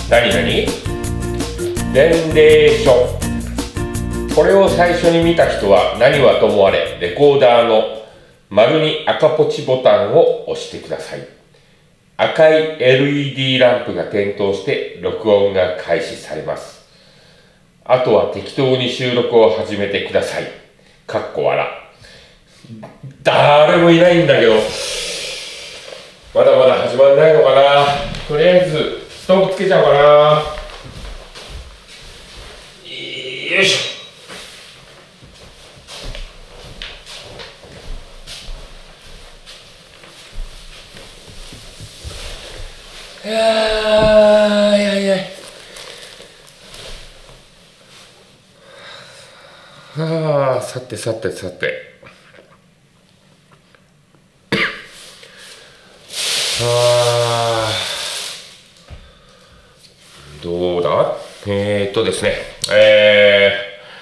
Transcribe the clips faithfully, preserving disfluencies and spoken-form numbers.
何々伝令書。これを最初に見た人は何はともあれ、レコーダーの丸に赤ポチボタンを押してください。赤い エルイーディー ランプが点灯して録音が開始されます。あとは適当に収録を始めてください。かっこ笑。誰もいないんだけど、まだまだ始まらないのかな。とりあえずストーブつけちゃおうかな。よいしょ。いやー、いやいやはあ、さてさてさてあー、どうだ。えーっとですねえ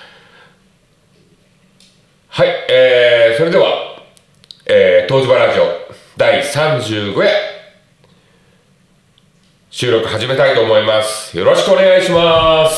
ー、はい、えー、それでは、えー、東芝ラジオだいさんじゅうご夜収録始めたいと思います。よろしくお願いします。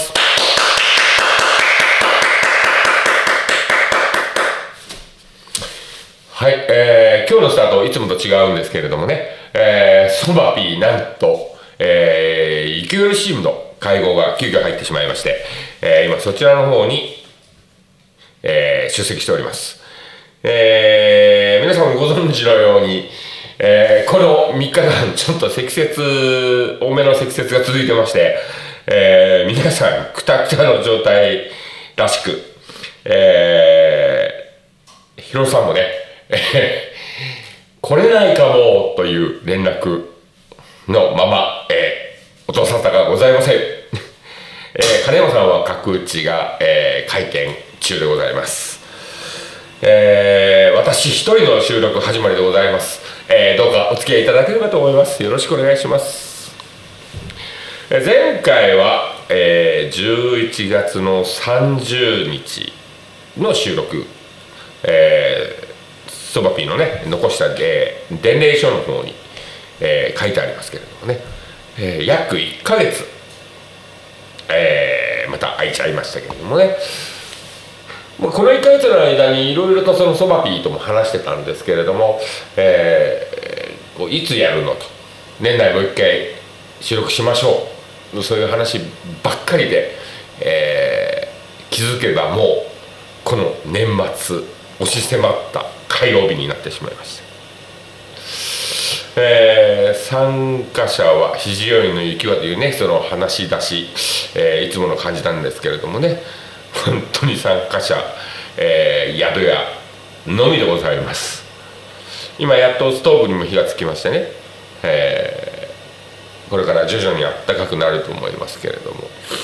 はい、えー、今日のスタートいつもと違うんですけれどもね、えー、ソバピーなんと、えー、雪寄チームの会合が急遽入ってしまいまして、えー、今そちらの方に、えー、出席しております。えー、皆さんもご存知のように、えー、このみっかかんちょっと積雪、多めの積雪が続いてまして、えー、皆さんくたくたの状態らしく、えー、ヒロさんもね、えー、来れないかもという連絡のまま、えー、音沙汰がございません。えー、金山さんは角打ちが、えー、会見中でございます。えー、私一人の収録始まりでございます。えー、どうかお付き合いいただければと思います。よろしくお願いします。えー、前回は、えー、じゅういちがつのさんじゅうにちの収録、えー、ソバピーのね残した、えー、伝令書の方に、えー、書いてありますけれどもね、えー、約いっかげつ、えー、また空いちゃいましたけれどもね、このいっかげつの間にいろいろとそのソバピーとも話してたんですけれども、えー、いつやるのと、年内もう一回収録しましょう、そういう話ばっかりで、えー、気づけばもうこの年末押し迫った火曜日になってしまいました。えー、参加者は肘折の雪はというねその話し出し、えー、いつもの感じなんですけれどもね、本当に参加者、えー、宿屋のみでございます。今やっとストーブにも火がつきましてね、えー、これから徐々にあったかくなると思いますけれども、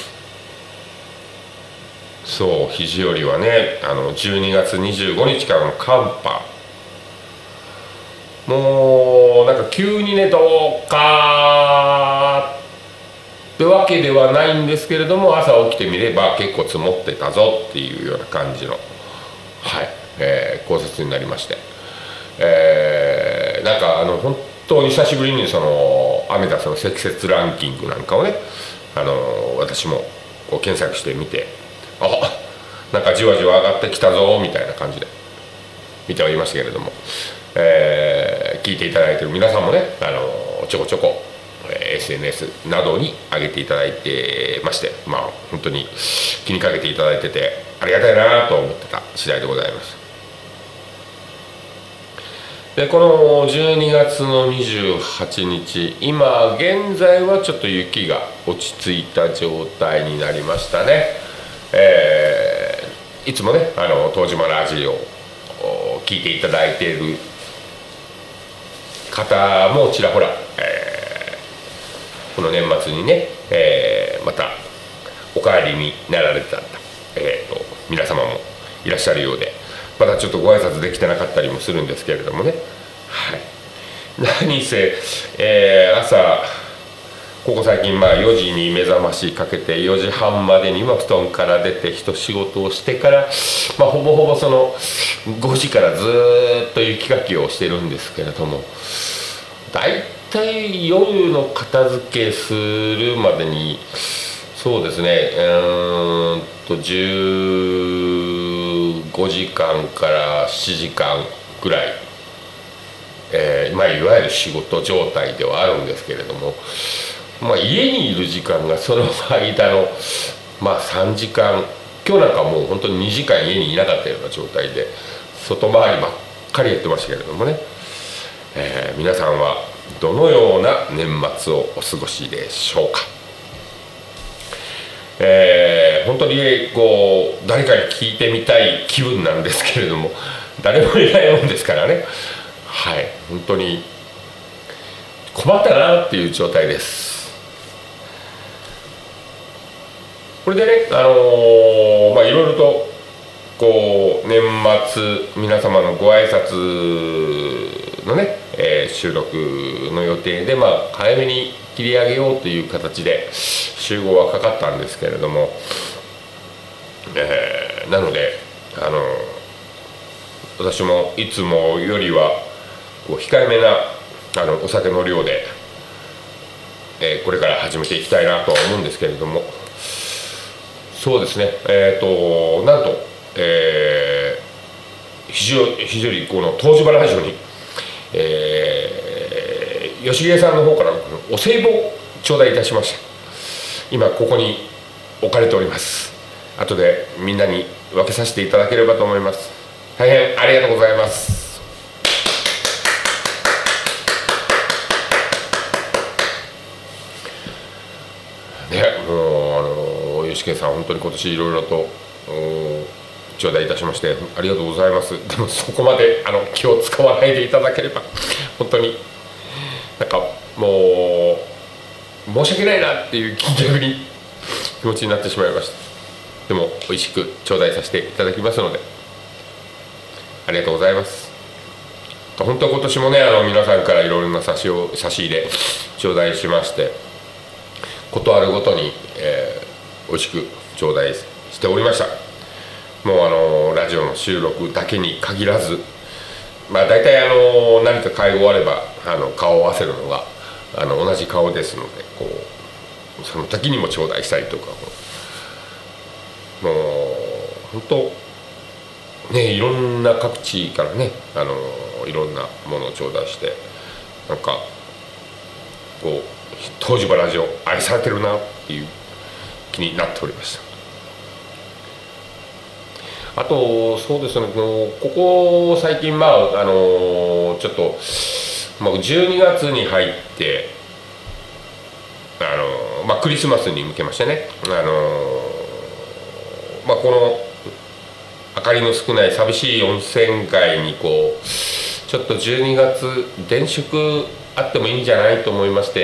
そう肘折はね、あのじゅうにがつにじゅうごにちからの寒波、もうなんか急にねどうかってわけではないんですけれども、朝起きてみれば結構積もってたぞっていうような感じの、はい、えー、考察になりまして、えー、なんかあの本当に久しぶりにそのアメダスの積雪ランキングなんかをね、あの私もこう検索してみて、あ、なんかじわじわ上がってきたぞみたいな感じで見てはいましたけれども、えー、聞いていただいている皆さんもね、あのちょこちょこエスエヌエス などに上げていただいてまして、まあ本当に気にかけていただいててありがたいなと思ってた次第でございます。でこのじゅうにがつのにじゅうはちにち、今現在はちょっと雪が落ち着いた状態になりましたね。えー、いつもねあの東島ラジオを聞いていただいている方もちらほら、えー、この年末にね、えー、またお帰りになられた、えー、と皆様もいらっしゃるようで、まだちょっとご挨拶できてなかったりもするんですけれどもね、はい、何せ、えー、朝ここ最近まあよじに目覚ましかけてよじはんまでには布団から出て一仕事をしてから、まあ、ほぼほぼそのごじからずっと雪かきをしてるんですけれども、大体体夜の片付けするまでにそうですねうーんとじゅうごじかんからしちじかんぐらい、えーまあ、いわゆる仕事状態ではあるんですけれども、まあ、家にいる時間がその間の、まあ、さんじかん、今日なんかもう本当ににじかん家にいなかったような状態で外回りばっかりやってましたけれどもね、えー皆さんはどのような年末をお過ごしでしょうか。えー本当にこう誰かに聞いてみたい気分なんですけれども、誰もいないもんですからね、はい、本当に困ったなっていう状態です。これでね、あのーまあいろいろとこう年末皆様のご挨拶のね、えー収録の予定で、まあ早めに切り上げようという形で集合はかかったんですけれども、えーなので、あのー私もいつもよりはこう控えめなあのお酒の量で、えーこれから始めていきたいなとは思うんですけれども、そうですね、えっ、となんと、えー、非常非常にこの東芝ラジオに、えー、吉毛さんの方からお歳暮を頂戴いたしました。今ここに置かれております。後でみんなに分けさせていただければと思います。大変ありがとうございます。ね、もうあの吉家さん本当に今年いろいろと頂戴いたしましてありがとうございます。でもそこまであの気を使わないでいただければ本当になんかもう申し訳ないなっていう逆に気持ちになってしまいました。でも美味しく頂戴させていただきますのでありがとうございます。本当今年もねあの皆さんからいろいろな差しを差し入れ頂戴しまして、ことあるごとに、えー、美味しく頂戴しておりました。もうあのラジオの収録だけに限らず、まあ大体あの何か会合あればあの顔を合わせるのがあの同じ顔ですので、こうその時にも頂戴したりとか、もう本当ねいろんな各地からねあのいろんなものを頂戴して、なんかこう東芝ラジオ愛されてるなっていう気になっておりました。あとそうですね、ここ最近まああのちょっと、まあ、じゅうにがつに入ってあの、まあ、クリスマスに向けましてね、あの、まあ、この明かりの少ない寂しい温泉街にこうちょっとじゅうにがつ電飾あってもいいんじゃないと思いまして、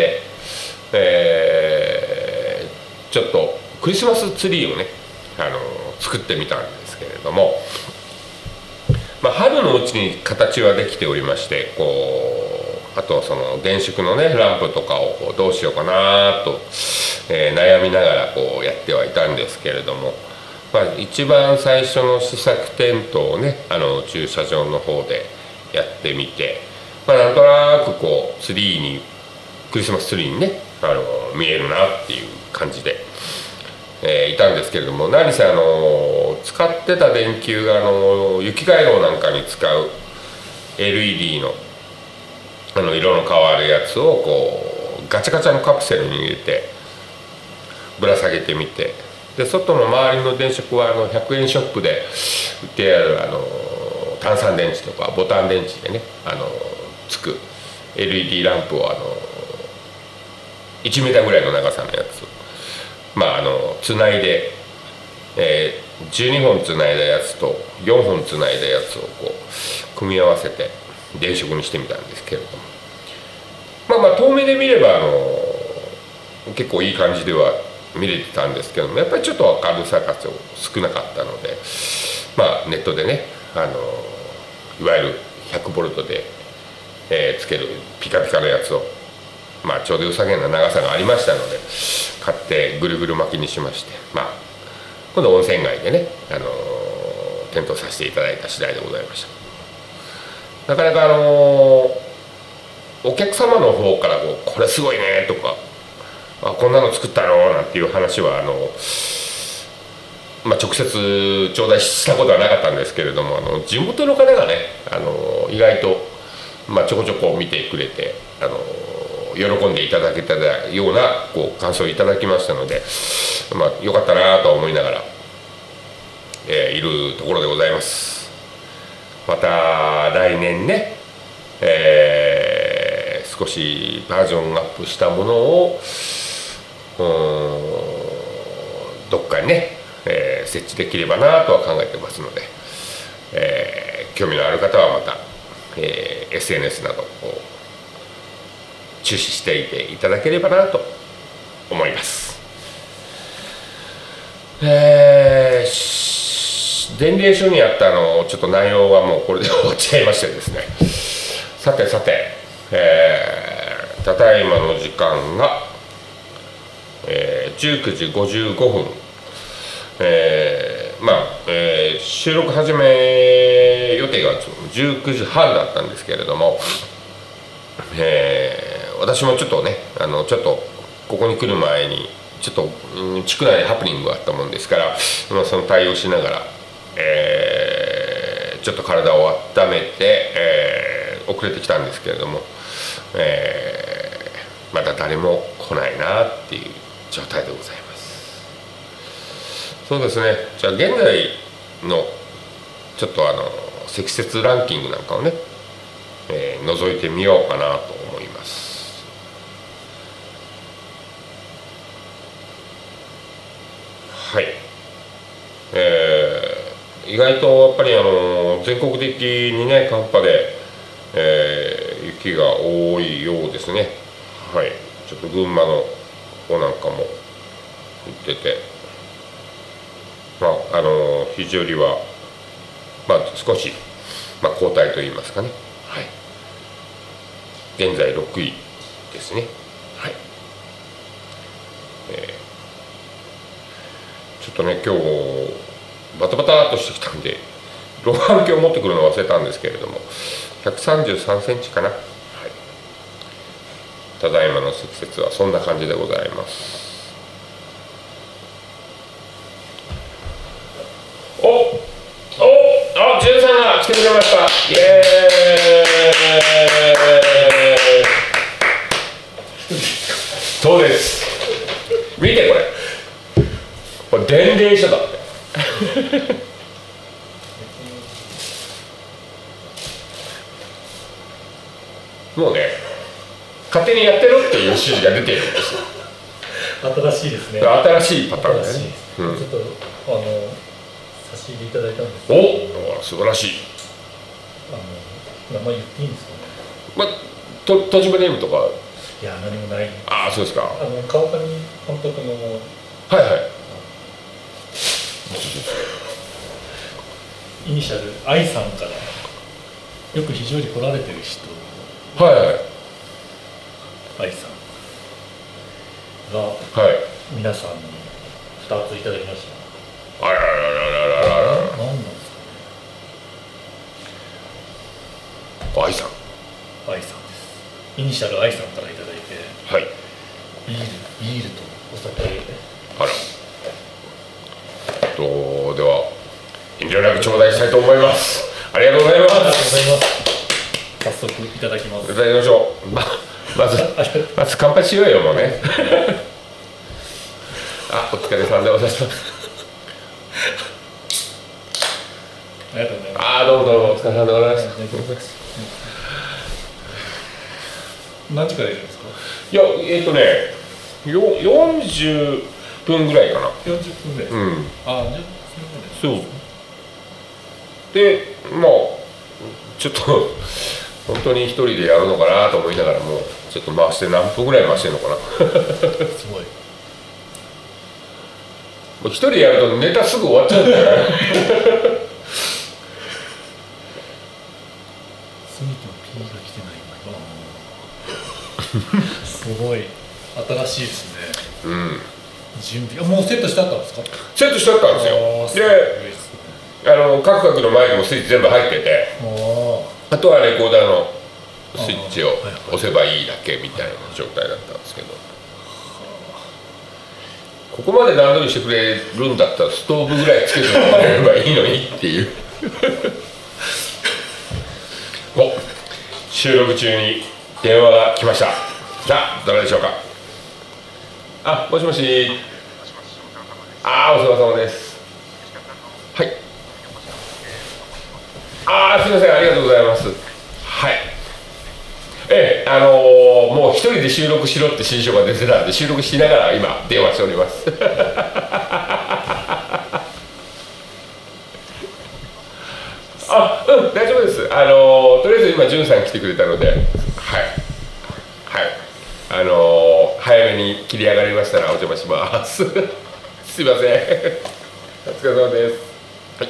えー、ちょっとクリスマスツリーをねあの作ってみたんですけれども、まあ、春のうちに形はできておりまして、こうあとその電飾のねランプとかをこうどうしようかなと、えー、悩みながらこうやってはいたんですけれども、まあ、一番最初の試作テントをねあの駐車場の方でやってみて、まあ、なんとなくこうツリーにクリスマスツリーにねあの見えるなっていう感じで、えーいたんですけれども、何せあの使ってた電球があの雪回廊なんかに使う エルイーディー のあの色の変わるやつをこうガチャガチャのカプセルに入れてぶら下げてみて、で外の周りの電飾はあのひゃくえんショップで売ってあるあの単三電池とかボタン電池でねあのつく エルイーディー ランプをあのいちメーターぐらいの長さのやつをまああのつないで、えー、じゅうにほんつないだやつとよんほんつないだやつをこう組み合わせて電飾にしてみたんですけれども、まあまあ遠目で見ればあの結構いい感じでは見れてたんですけども、やっぱりちょっと明るさが少なかったので、まあネットでねあのいわゆるひゃくボルトで、えーつけるピカピカのやつをまあちょうど良さげな長さがありましたので買ってぐるぐる巻きにしまして、まあ今度温泉街でね、あのー、点灯させていただいた次第でございました。なかなかあのー、 お客様の方からこう「これすごいね」とか「あこんなの作ったの?」なんていう話はあの、まあ、直接頂戴したことはなかったんですけれども、あの地元の方がねあの意外と、まあ、ちょこちょこ見てくれてあの喜んでいただけたようなこう感想をいただきましたので、まあ、よかったなと思いながら、えー、いるところでございます。また来年ね、えー、少しバージョンアップしたものをどっかにね、えー、設置できればなとは考えてますので、えー、興味のある方はまた、えー、エスエヌエス などを注視していていただければなと思います。えー、伝令書にあったのちょっと内容はもうこれで終わっちゃいましてですね、さてさて、えー、ただいまの時間が、えー、じゅうくじごじゅうごふん、えー、まあ、えー、収録始め予定がじゅうくじはんだったんですけれども、えー私もちょっとねあのちょっとここに来る前にちょっと、うん、地区内でハプニングがあったもんですから、まあ、その対応しながら、えー、ちょっと体を温めて、えー、遅れてきたんですけれども、えー、まだ誰も来ないなっていう状態でございます。そうですね、じゃあ現在のちょっとあの積雪ランキングなんかをね、えー、覗いてみようかなと思います。はい、えー、意外とやっぱりあの全国的にね寒波で、えー、雪が多いようですね。はい、ちょっと群馬の方なんかも行ってて、まああの肘折はまあ少し、まあ、後退といいますかね、はい、現在ろくいですね。はい、えーちょっとね今日バタバタっとしてきたんで老眼鏡を持ってくるのを忘れたんですけれどもひゃくさんじゅうさんセンチかな、はい、ただいまの積雪はそんな感じでございます。おおあ、じゅうさんが来てくれました。イエーイそうです、見てこれこれ伝令書だってもうね勝手にやってろっていう指示が出てるんですよ。 新しいですね。 新しいパターンだね、 うん、ちょっとあの差し入れいただいたんですけど、お素晴らしい。 あの名前言っていいんですかね。 まあと戸締まネームとかいや何もない。 ああそうですか。 あの川上監督のはいはいイニシャル 愛さんからよく非常に来られてる人、 はいはい愛さんが、はい、皆さんにふたついただきました。 あらららららららら何なんですかね。愛さん愛さんです。イニシャル愛さんからいただいて、 はいビールビールとお酒で、 あらとでは遠慮なく頂戴したいと思います。ありがとうございます。ありがとうございます。早速いただきます。いただきましょう。ままずまず乾杯しようよもうね。あ、お疲れさんでございます。 ありがとうございます。 あ、どうもどうもお疲れさんでございます。 何時からいるんですか。 いや、えっとね、よよんじゅっぷんぐらいかな。 よんじゅっぷんぐらい。うん。あ、じゃあそうで、まあちょっと本当に一人でやるのかなと思いながらもちょっと回して何分ぐらい回してるのかな。 すごい。 もう一人でやるとネタすぐ終わっちゃうんだよね。 スミと P が来てない。すごい新しいですね。 うん。 準備もうセットしてあったんですか。 セットしてあったんですよ。で、あのカクカクのマイクもスイッチ全部入ってて、あとはレコーダーのスイッチを押せばいいだけみたいな状態だったんですけど、ここまで段取りしてくれるんだったらストーブぐらいつけてもらえればいいのにっていうお、収録中に電話が来ました。さあ誰でしょうか。あ、もしもし。あー、お世話様です。はい。あー、すみません、ありがとうございます。はい。ええ、あのー、もう一人で収録しろって指示書が出てたんで、収録しながら今電話しておりますあ、うん、大丈夫です。あのー、とりあえず今じゅんさん来てくれたので、はいはい、あのー、早めに切り上がりましたらお邪魔しますすいませんお疲れ様です。はい、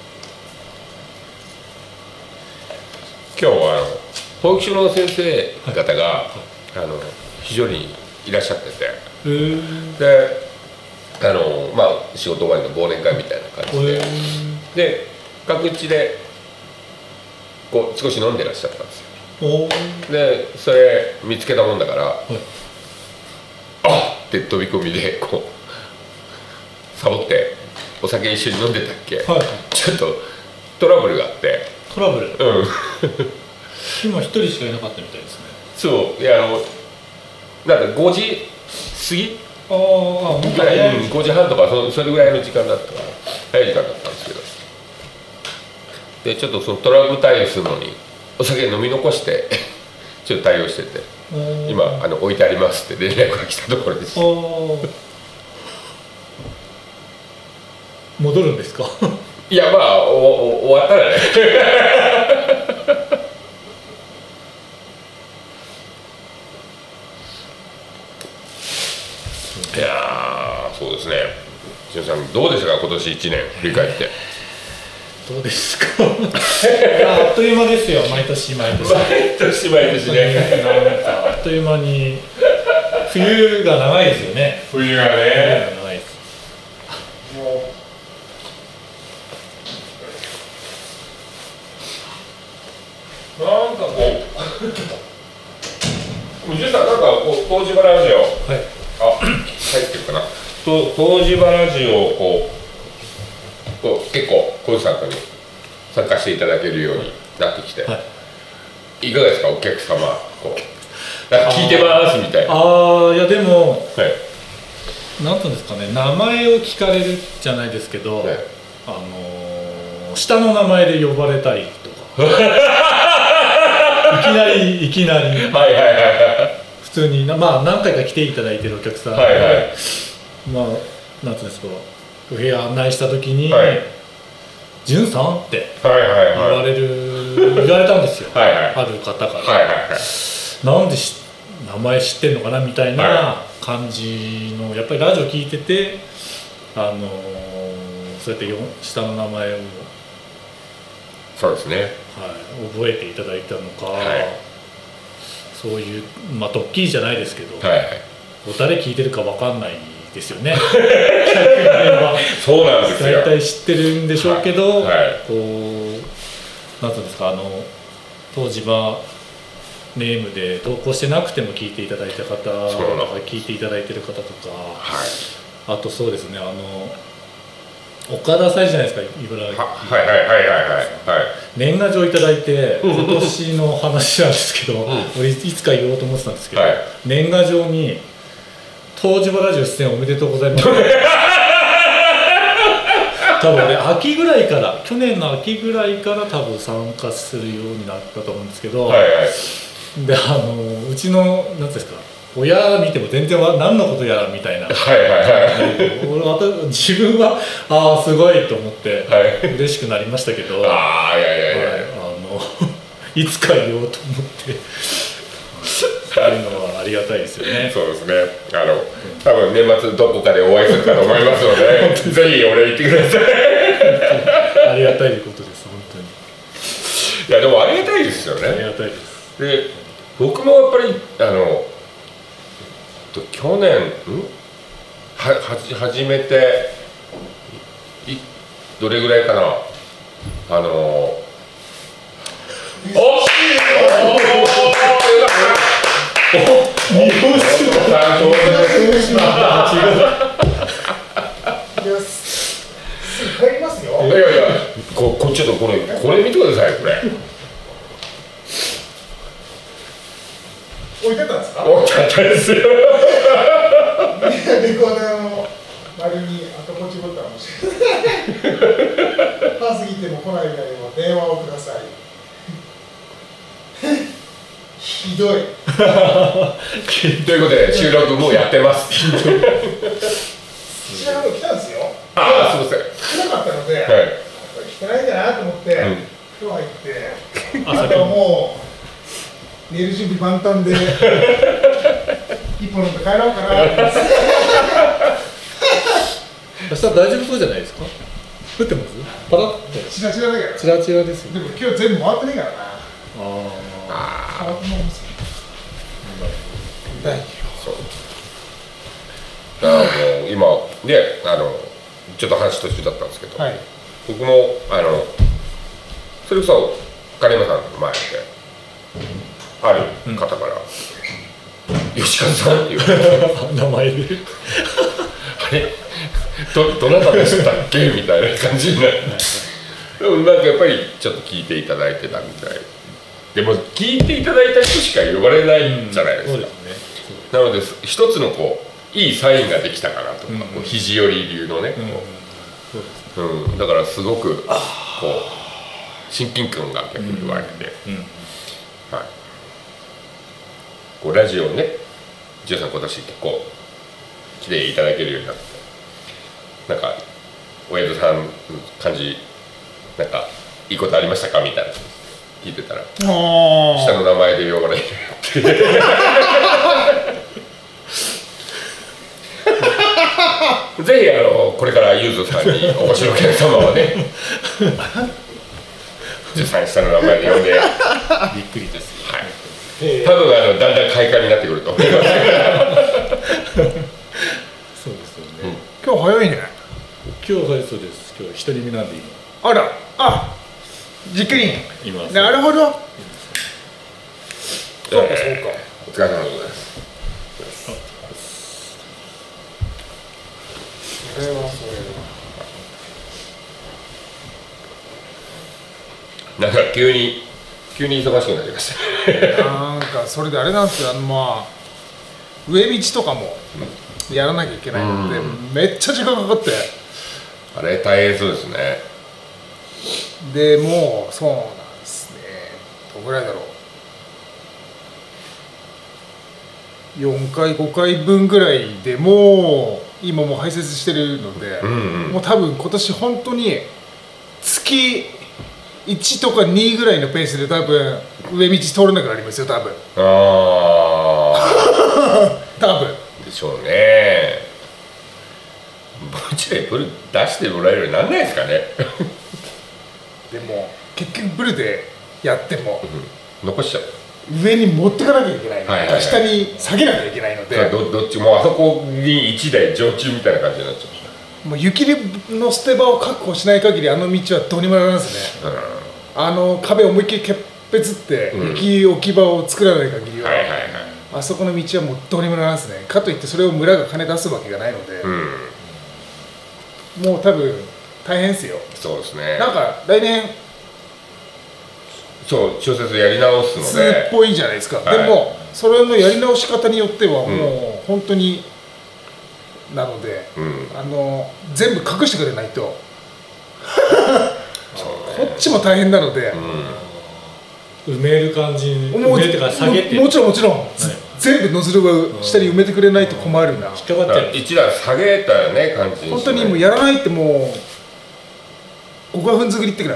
今日はあの保育所の先生方が、はい、あの非常にいらっしゃってて、で、あのまあ仕事終わりの忘年会みたいな感じで、で各地でこう少し飲んでらっしゃったんですよ。でそれ見つけたもんだから、はい、あっって飛び込みでこうサボってお酒一緒に飲んでたっけ、はい、ちょっとトラブルがあって。 トラブル、 うん今一人しかいなかったみたいですね。 そう、いや、あのなんかごじ過ぎああ、 ぐらい、うん、ごじはんとか そ, それぐらいの時間だったから早い時間だったんですけど、でちょっとそのトラブル対応するのにお酒飲み残してちょっと対応してて、今あの置いてありますって連絡が来たところです。 戻るんですかいや、まあおお終わったらねいやー、そうですね。しゅんさんどうでしたか、今年いちねん振り返って。 どうですかあっという間ですよ、毎年毎年毎年毎年ねあっという間に冬が長いですよね。 冬がね、 冬が長いです。 もうなんかこうじゅんさんなんかこう東芝ラジオ、はい、あ、入ってるかな。と東芝ラジオをこうこう結構コンサートに参加していただけるようになってきて、はい、いかがですか、お客様こうなんか聞いてますみたいな。 ああ、いやでも、はい、なんていうんですかね、名前を聞かれるじゃないですけど、はい、あのー、下の名前で呼ばれたりとかいきなりいきなりはいはいはいはい普通に、まあ何回か来ていただいてるお客さんで、はいはい、まあなんていうんですか、お部屋案内した時に「じゅんさん?」って言われる言われたんですよ、はいはい、ある方から、はいはいはい、なんでし名前知ってんのかなみたいな感じの、やっぱりラジオ聞いてて、あのー、そうやってよ下の名前をそうですね、はい、 覚えていただいたのか、はい、そういう、まあ、ドッキリじゃないですけど、はいはい、誰聞いてるか分かんないですよねそうなんですよ。 大体知ってるんでしょうけど、はいはい、こうなんていうんですか、あの東芝ネームで投稿してなくても聞いていただいた方とか聞いていただいてる方とか、はい、あとそうですね、あの岡田祭じゃないですか、茨城。 はいはいはいはいはい。 年賀状いただいて、今年の話なんですけど、うん、俺いつか言おうと思ってたんですけど、はい、年賀状に東芝ラジオ出演おめでとうございます多分ね、秋ぐらいから去年の秋ぐらいから多分参加するようになったと思うんですけど、はいはい、であのうちの何ですか、親見ても全然何のことやらみたいな、はいはいはい俺また自分はああすごいと思って嬉しくなりましたけど、 ああいやいやいや、はい、 あのいつか言おうと思ってそういうのはありがたいですよね。 そうですね、あの多分年末どこかでお会いするかと思いますのでぜひお礼言ってくださいありがたいことです、本当に。 いやでもありがたいですよね。 ありがたいです。 で僕もやっぱりあの去年んははじ始めていどれぐらいかな、あのおっ日本酒だ。 いや、すぐ帰りますよ。 いやいや、ここちょっとこれこれ見てくださいこれ。 置いてたんですか？ 大きかったですよ。 レコーダーの周りに赤ポチボタンを押して。半過ぎても来ない場合は電話をください。ひどい。 ということで収録もうやってます。 品川の来たんですよ。 ああ、すみません。 来なかったので、 はい、 来てないんだなと思って、うん、今日入って、あとはもう寝る準備万端で一本飲んで帰ろうかな。 明日大丈夫そうじゃないですか？降ってます？パラッと。 チラチラだけど。 チラチラですよ。 でも今日全部回ってねえからな。 ああ。回ってないんですよ。大丈夫。 そう。だからもう今ね、あのちょっと話途中だったんですけど、はい、僕もあのそれこそ金山さんの前である方から「うん、吉川さん」って言われて名前であれどどなたでしたっけみたいな感じになってでもなんかやっぱりちょっと聞いていただいてたみたいでも聞いていただいた人しか呼ばれないじゃないですか、うん、そうですね。なので一つのこういいサインができたかなとか、うん、こう肘折流のね、うんうん、だからすごくこう親近感が逆に生まれて、うんうん、はい、こうラジオね、ジオさん今年結構来ていただけるようになって、なんかお宿さんの感じなんかいいことありましたかみたいな聞いてたら下の名前で呼ばれるってぜひあのこれからゆうぞさんにお越しのお客様はねじゅうさん下の名前で呼んでびっくりです、 はい、多分あのだんだん快感になってくると思いますそうですよね、 うん、今日早いね。 今日早そうです。今日一人目なんで今あら、あ、じっくりいます。 なるほど。そうかそうか、 お疲れ様でございます。 それはそれはなんか急に急に忙しくなりましたなんかそれであれなんですよ、あのまあ上道とかもやらなきゃいけないので、うん、めっちゃ時間かかってあれ大変そうですね。 でもうそうなんですね、どのぐらいだろう、よんかいごかいぶんぐらいでもう今もう排泄してるので、うんうん、もう多分今年本当に月いちとかにぐらいのペースで多分上道通れなくなりますよ多分。ああ多分でしょうね。もうちょいブル出してもらえるようになんないですかねでも結局ブルでやっても、 うん、残しちゃう、 上に持ってかなきゃいけないので、はいはいはい、下に下げなきゃいけないのでど, どっちもあそこにいちだい常駐みたいな感じになっちゃう。もう雪の捨て場を確保しない限りあの道はどうにもならないですね、うん、あの壁を思いっきりけっぺつって雪置き場を作らない限りは、あそこの道はもうどうにもならないですね。かといってそれを村が金出すわけがないので、うん、もう多分大変ですよ。 そうですね。 なんか来年そう小説やり直すので通っぽいじゃないですか、はい、でもそれのやり直し方によってはもう本当になので、うん、あの全部隠してくれないとこっちも大変なので、 うん、埋める感じに埋めるか下げても, もちろんもちろん、はい、全部ノズルを下に埋めてくれないと困るな、 引っかかってる一段下げたよね感じに。 本当にもうやらないってもうごかふん作りってくらい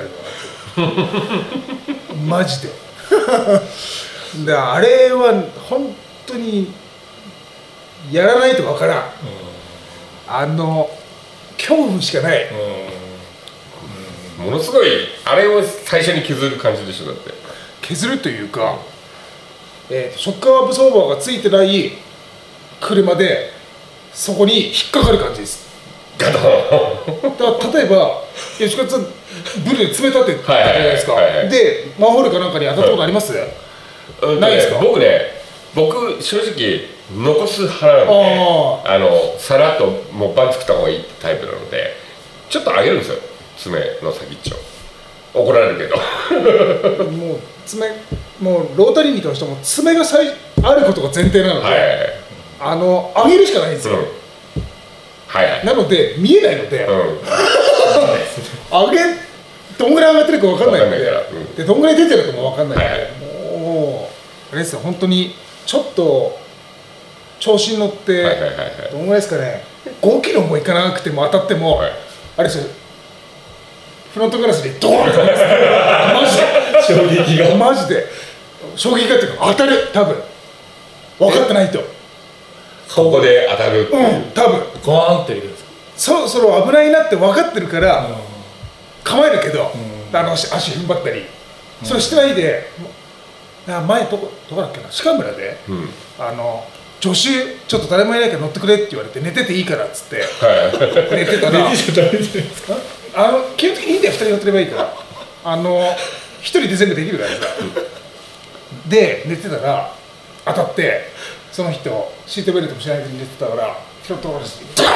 マジでであれは本当にやらないとわからん、うん、あの恐怖しかない、 うん、ものすごいあれを最初に削る感じでしょ。だって削るというか、えー、ショックアブソーバーがついてない車でそこに引っかかる感じです。 ガドンだ例えば吉勝さんブルで詰めたってじゃないですか。でマンホールかなんかに当たったことあります？ないですか？ 僕ね、僕正直残す派なので、あのさらっともうバン作った方がいいタイプなので、ちょっと上げるんですよ、爪の先っちょ。怒られるけどもう爪、もうロータリーに関しても爪がさいあることが前提なので、はいはい、あの上げるしかないんですよ、うん、はいはい、なので見えないので、うん、上げどんぐらい上がってるか分かんないので、うん、でどんぐらい出てるかも分かんないので、はいはい、もうあれですよ、本当にちょっと調子に乗って、はいはいはいはい、どんぐらいですかね、ごキロもいかなくても当たっても、はい、あれですよ、フロントガラスでドーンとマジで衝撃がマジで衝撃がっていうか当たる、多分分かってないとここで当たる、 うん、多分ゴワーンっているんですか。 そろそろ危ないなって分かってるから構えるけど、あの 足, 足踏ん張ったり、それしてないで、前どこどこだっけな、鹿村で、うん、あの助手ちょっと誰もいないから乗ってくれって言われて、寝てていいからっつって、はい、寝てたら寝てちゃダメじゃないですか。あの基本的にいいんだよ、ふたり乗ってればいいから、あのひとりで全部できるからさで寝てたら当たって、その人シートベルトもしないで寝てたからフロントガラスにダ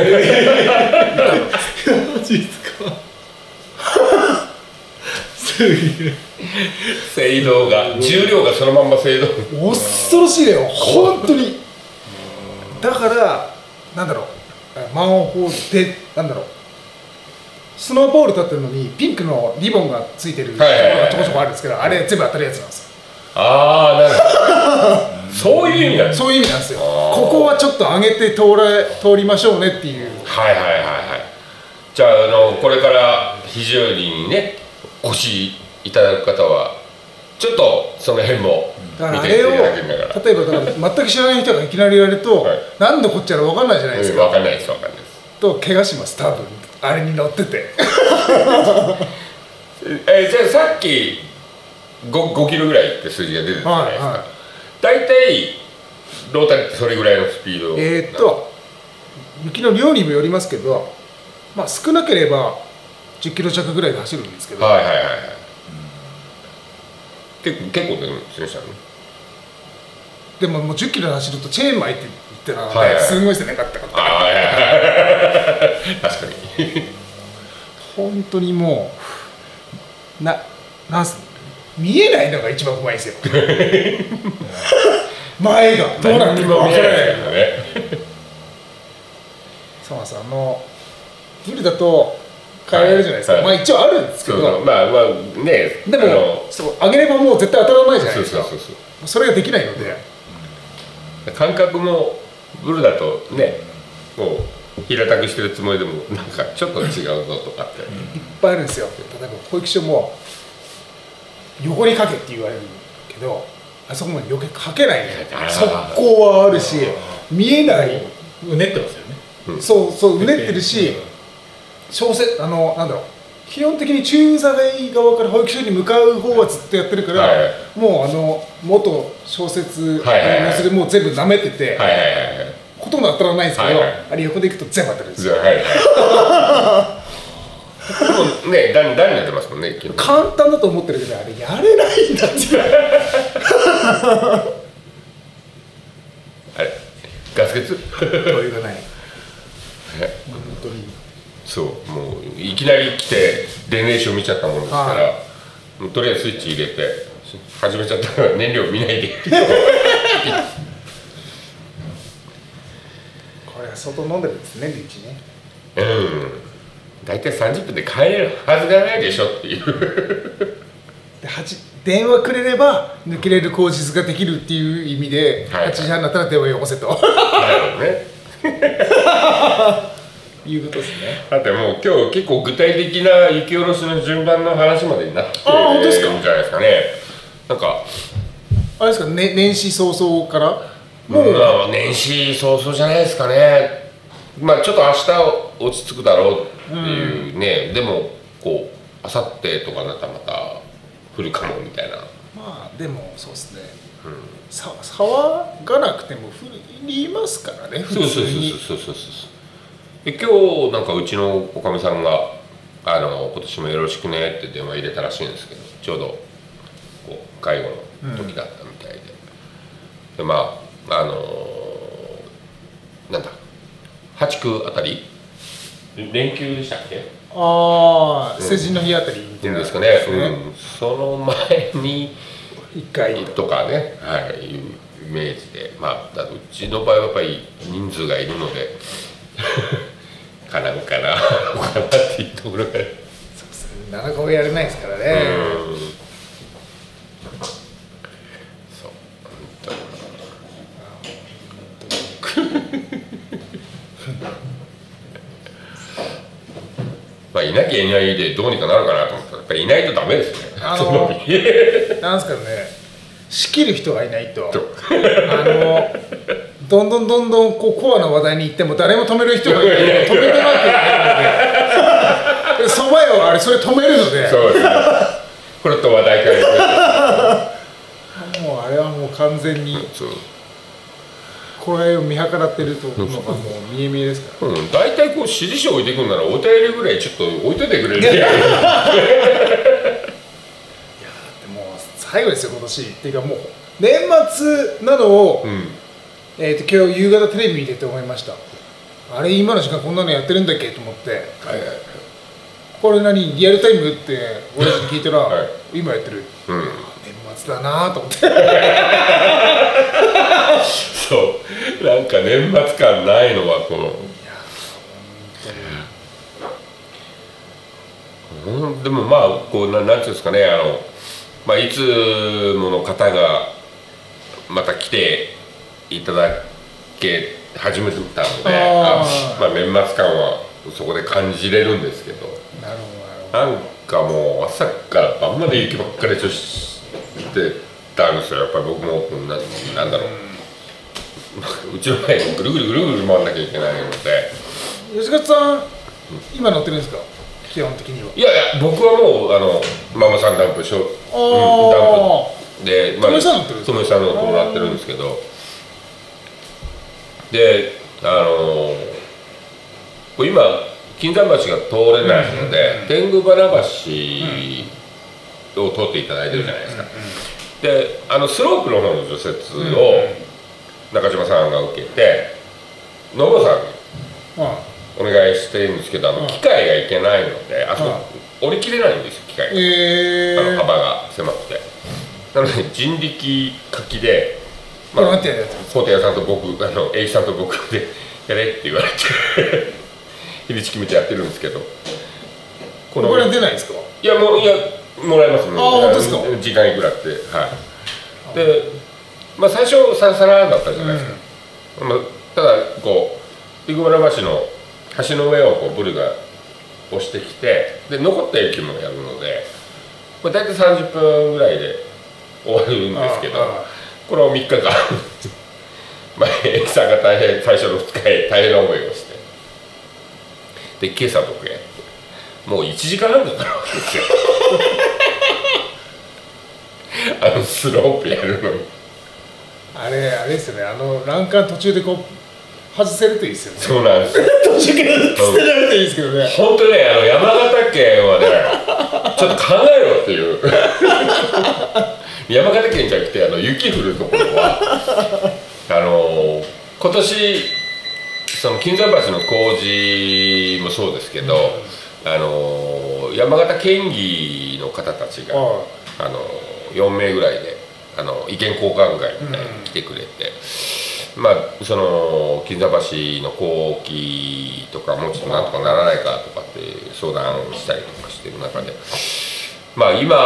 ーンマジですかすげえ制動が重量がそのまんま制動、 恐ろしいだよ本当に。だからなんだろう、マンホールでなんだろう、スノーボール立ってるのにピンクのリボンがついてるところがちょこちょこあるんですけど、あれ全部当たるやつなんですよ。 ああ、なるほどそういう意味なんです、 そういう意味なんですよ。ここはちょっと上げて通ら通りましょうねっていう。 はいはいはいはい。じゃあ、あのこれから非常にねお越しいただく方はちょっとその辺も見ていただけるから、 例えばだから全く知らない人がいきなり言われると、はい、何のこっちゃら分かんないじゃないですか。 分かんないです分かんないです。 と怪我します多分、あれに乗っててえじゃあさっき 5, 5キロぐらいって数字が出てるじゃないですか、はいはい、大体ロータリーってそれぐらいのスピード。 えーっと雪の量にもよりますけど、まあ少なければじゅっキロ弱ぐらいで走るんですけど、 はいはいはいはい、結構結構出るんですね。 でももうじゅっキロ走るとチェーン巻いていってたので、はいはい、すごいですね、ガッタガッタ。 あ、はいはい、確かに本当にもうななんす見えないのが一番うまいですよ前がどうなってるか分からないからねそうなんです、あのブルだと変えられるじゃないですか、はい、まあ一応あるんですけど、 そうそう、まあまあね、 でもそう上げればもう絶対当たらないじゃないですか。そうそうそうそう、それができないので、 感覚もブルだとね、もう平たくしてるつもりでもなんかちょっと違うぞとかっていっぱいあるんですよ。例えば保育所も横にかけって言われるけど、あそこまで横にかけないね、側溝はあるし見えない、 うねってますよね、 うん、そうそううねってるし、小説あのなんだろう、基本的に駐在側から保育所に向かう方はずっとやってるから、はいはい、もうあの元小説のそれもう全部なめてて、はいはいはい、ほとんど当たらないんですけど、はいはい、あれ横で行くと全部当たるんですよ。はいはいでもね、段になってますもんね。 簡単だと思ってるけど、あれやれないんだってあれガス欠問いがない本当にそう、もういきなり来て電源証見ちゃったものですから、はい、もうとりあえずスイッチ入れて始めちゃったから燃料見ないでこれは相当飲んでるんですね、リーチね。 うん、大体さんじゅっぷんで帰れるはずがないでしょっていうで電話くれれば抜けれる口実ができるっていう意味で、はいはい、はちじはんになったら電話よこせとなるほどねいうことですね。 だってもう今日結構具体的な雪下ろしの順番の話までになってるんじゃないですかね。なんかあれですか、ね、年始早々からもう、まあ、年始早々じゃないですかね。まあちょっと明日落ち着くだろうっていうね、うん、でもこう明後日とかなったらまた降るかもみたいな。 まあでもそうですね、うん、さ騒がなくても降りますからね、普通に。 そうそうそうそうそうそう。で今日なんかうちのおかみさんがあの今年もよろしくねって電話入れたらしいんですけど、ちょうどこう介護の時だったみたいで、うん、でまああのー、なんだはち区あたり連休でしたっけ、 ああ、成人の日あたりみたいなですかね、うん、その前にいっかいとかね、はい、いうイメージで、まあ、うちの場合はやっぱり人数がいるので叶うかなかなっていうところが、そうですね、なかなかやれないですからね。うんそうまあいなきゃいないでどうにかなるかなと思ったら、やっぱりいないとダメですね。 あのなんですかね、仕切る人がいないと、あのどんどんどんどんこうコアな話題に行っても誰も止める人がいない、止めるわけがないので、そば屋はあれそれ止めるので、 そうですね。これと話題変える。 もうあれはもう完全にこれを見計らってるとのがもう見え見えですから。 うん、大体こう指示書置いてくんならお便りぐらいちょっと置いといてくれる。いや、いやでも最後ですよ今年っていうか、もう年末なのを、うん、えっと今日夕方テレビ見てて思いました。あれ今の時間こんなのやってるんだっけと思って、はいはいはい、これ何リアルタイムって俺たちに聞いたら、はい、今やってる、うん、年末だなと思ってそうなんか年末感ないのはこの、いや本当に、うん、でもまあこうななんていうんですかね、あの、まあ、いつもの方がまた来ていただけ始めてたので、ああ、まあ、年末感はそこで感じれるんですけど、なるほどなんかもう朝から晩まで雪ばっかりしてたんですよ。やっぱり僕もな、なんだろううちの前にぐるぐるぐるぐる回んなきゃいけないので。 吉勝さん、今乗ってるんですか基本的には。 いやいや、僕はもうあのママさんダンプ、しょ、うん、ダンプで、 まあ、ともえさん乗ってるんですか。 ともえさんのもらってるんですけど、で、あのー、今金山橋が通れないので、うん、天狗原橋を通っていただいてるじゃないですか。で、あのスロープの方の除雪を中島さんが受けて野茂さんにお願いしてるんですけど、あの機械がいけないので、あそこ折り切れないんですよ、機械が、えー、あの幅が狭くて。なので人力書きで、 まあ、 工程屋さんと僕、あの栄一さんと僕でやれって言われて日にち決めてやってるんですけど、 これは出ないですか。 いや、もういやもらえますね。 あ、本当ですか。 時間いくらって、はい。で、まあ最初サラサラだったじゃないですか。うん、まあ、ただこう天狗原橋の橋の上をこうブルが押してきて、で残った雪もやるので、まあ、大体さんじゅっぷんぐらいで終わるんですけど、これをみっかかんまあエキさんが大変最初のふつかへ大変な思いをして、で今朝僕やってもういちじかんはんだったわけですよあのスロープやるのに。 あれあれですよね、あの欄干途中でこう外せるといいですよね。 そうなんです途中から捨てられるといいですけどね。 本当ね、あの山形県はねちょっと考えろっていう山形県じゃなくて、あの雪降るところはあの今年その金山橋の工事もそうですけど、うん、あの山形県議の方たちが、あのよんめいぐらいであの意見交換会みたいに来てくれて、うん、まあその金山橋の工期とかもうちょっとなんとかならないかとかって相談したりとかしてる中で、まあ今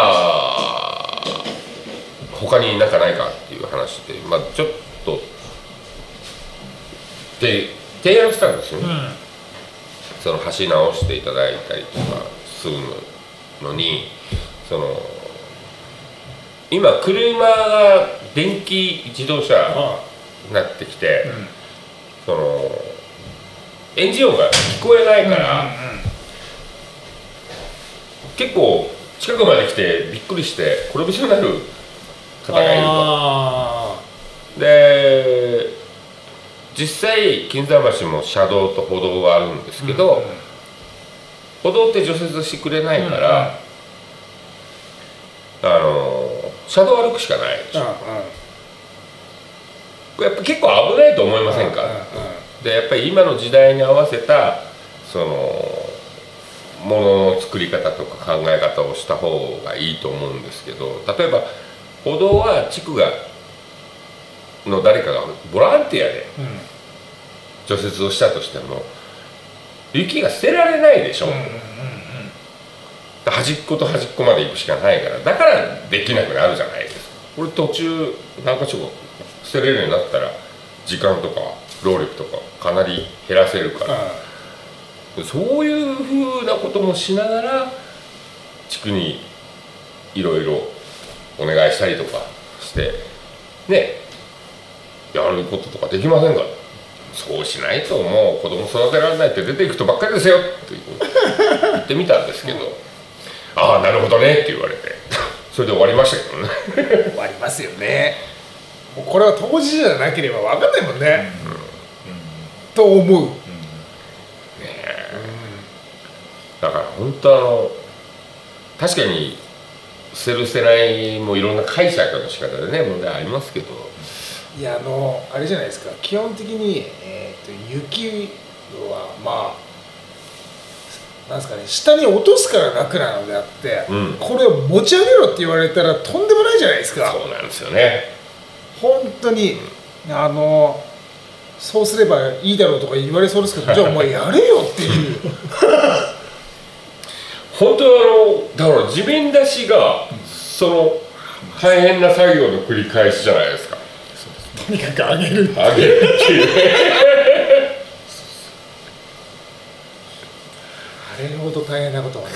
他になんかないかっていう話で、まあちょっとで提案したんですよね。うん、その橋直していただいたりとかするのに、その今車が電気自動車になってきて、うん、そのエンジン音が聞こえないから、うんうんうん、結構近くまで来てびっくりして転びそうになる方がいると。で実際金山橋も車道と歩道があるんですけど、うんうん、 歩道って除雪してくれないから、うんうん、あの車道歩くしかないでしょ、うんうん、やっぱ結構危ないと思いませんか、うんうんうん、でやっぱり今の時代に合わせたそのものの作り方とか考え方をした方がいいと思うんですけど、例えば歩道は地区がの誰かがボランティアで除雪をしたとしても雪が捨てられないでしょ、うんうんうん、端っこと端っこまで行くしかないから、だからできなくなるじゃないですか。これ途中何か所か捨てれるようになったら時間とか労力とかかなり減らせるから、うん、そういうふうなこともしながら地区にいろいろお願いしたりとかしてね、やることとかできませんか。そうしないともう子供育てられないって出ていく人ばっかりですよって言ってみたんですけどああなるほどねって言われてそれで終わりましたけどね終わりますよね。もうこれは当事者じゃなければ分かんないもんね、うんうん、と思う、うんねうん、だから本当あの確かに捨てる捨てないもいろんな解釈の仕方でね問題ありますけど、 いやあのあれじゃないですか、基本的に、えー、と雪はまあなんですかね、下に落とすから楽なのであって、うん、これを持ち上げろって言われたらとんでもないじゃないですか。 そうなんですよね本当に、うん、あのそうすればいいだろうとか言われそうですけどじゃあお前やれよっていう本当はあのだから地面出しがその大変な作業の繰り返しじゃないですか。 とにかく上げる上げるっていうあれほど大変なことはね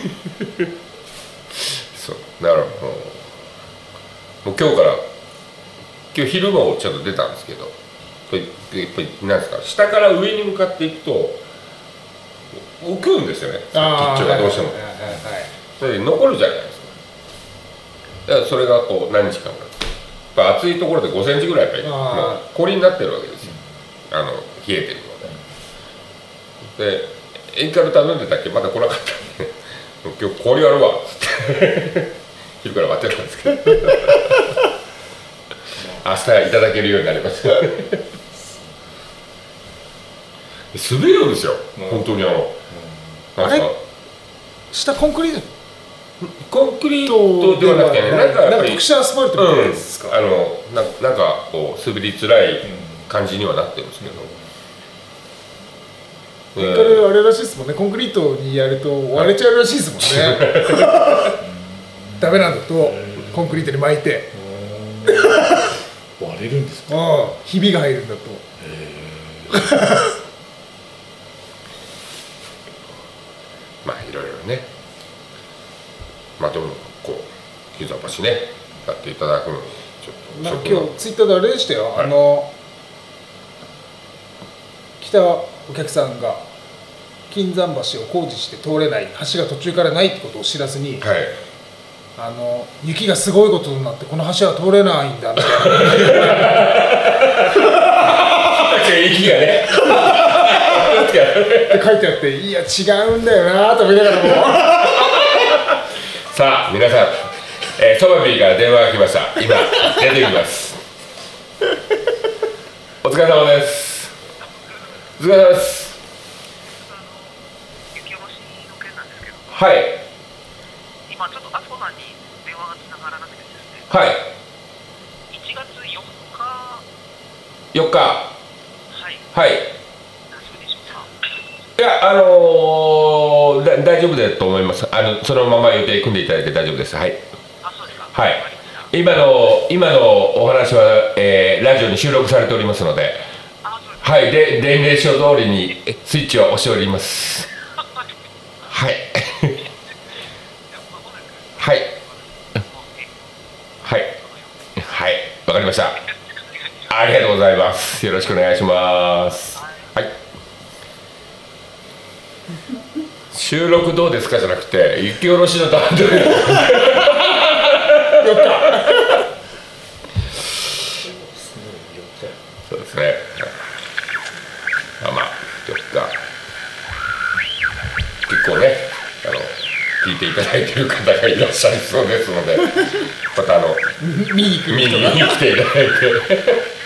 そうだからもう、もう今日から今日昼もちょっと出たんですけど、やっぱりなんですか、下から上に向かっていくと浮くんですよね、キッチョがどうしても、はいはいはいはい、それで残るじゃないですか。だからそれがこう何日間か暑いところでごセンチぐらいやっぱりもう氷になってるわけですよ、あの冷えてるので。でエンカル頼んでたっけまだ来なかったんで今日氷あるわって昼から待ってたんですけど明日いただけるようになりました滑るんですよ、うん、本当にあの、 うん、あれ下コンクリートコンクリートではなくてね、なんかやっぱり特殊アスファルトみたいなやつですか、 うん、あのななんかこう滑りづらい感じにはなってるんですけど、 うん、これあれらしいですもんね、コンクリートにやると割れちゃうらしいですもんねダメなんだとコンクリートに巻いて割れるんですか。 ああ、ひびが入るんだと。 まあいろいろね、まあでもこう膝橋ねやっていただくのにちょっとなんか今日ツイッターであれでしたよ、はい、あの来たお客さんが金山橋を工事して通れない、橋が途中からないってことを知らずに、はい、あの雪がすごいことになってこの橋は通れないんだみたいな雪がねって書いてあって、いや違うんだよなと思いながらもさあ皆さん、えー、ソバビーから電話が来ました。今出てきますお疲れ様です。お疲れ様です。 雪下ろしの件なんですけど、 はい、 今ちょっとあつこさんに電話がつながらなくてですね、 はい、 いちがつよっかよっかはいはい、 大丈夫でしょうか。 いや、あのー、だ大丈夫だと思います。あのそのまま予定組んでいただいて大丈夫です。はい。 あ、そうですか。 はい。今の今のお話は、えー、ラジオに収録されておりますので、 あ、そうですか。 はい。で伝令書通りにスイッチを押しております。はい。はい。はい。はい。わかりました。ありがとうございます。よろしくお願いします。はい。収録どうですかじゃなくて雪下ろしの担当よっかそうですね。まあまあよっか結構ねあの聞いていただいている方がいらっしゃりそうですのでまたあの見に来る見に人が来ていただいて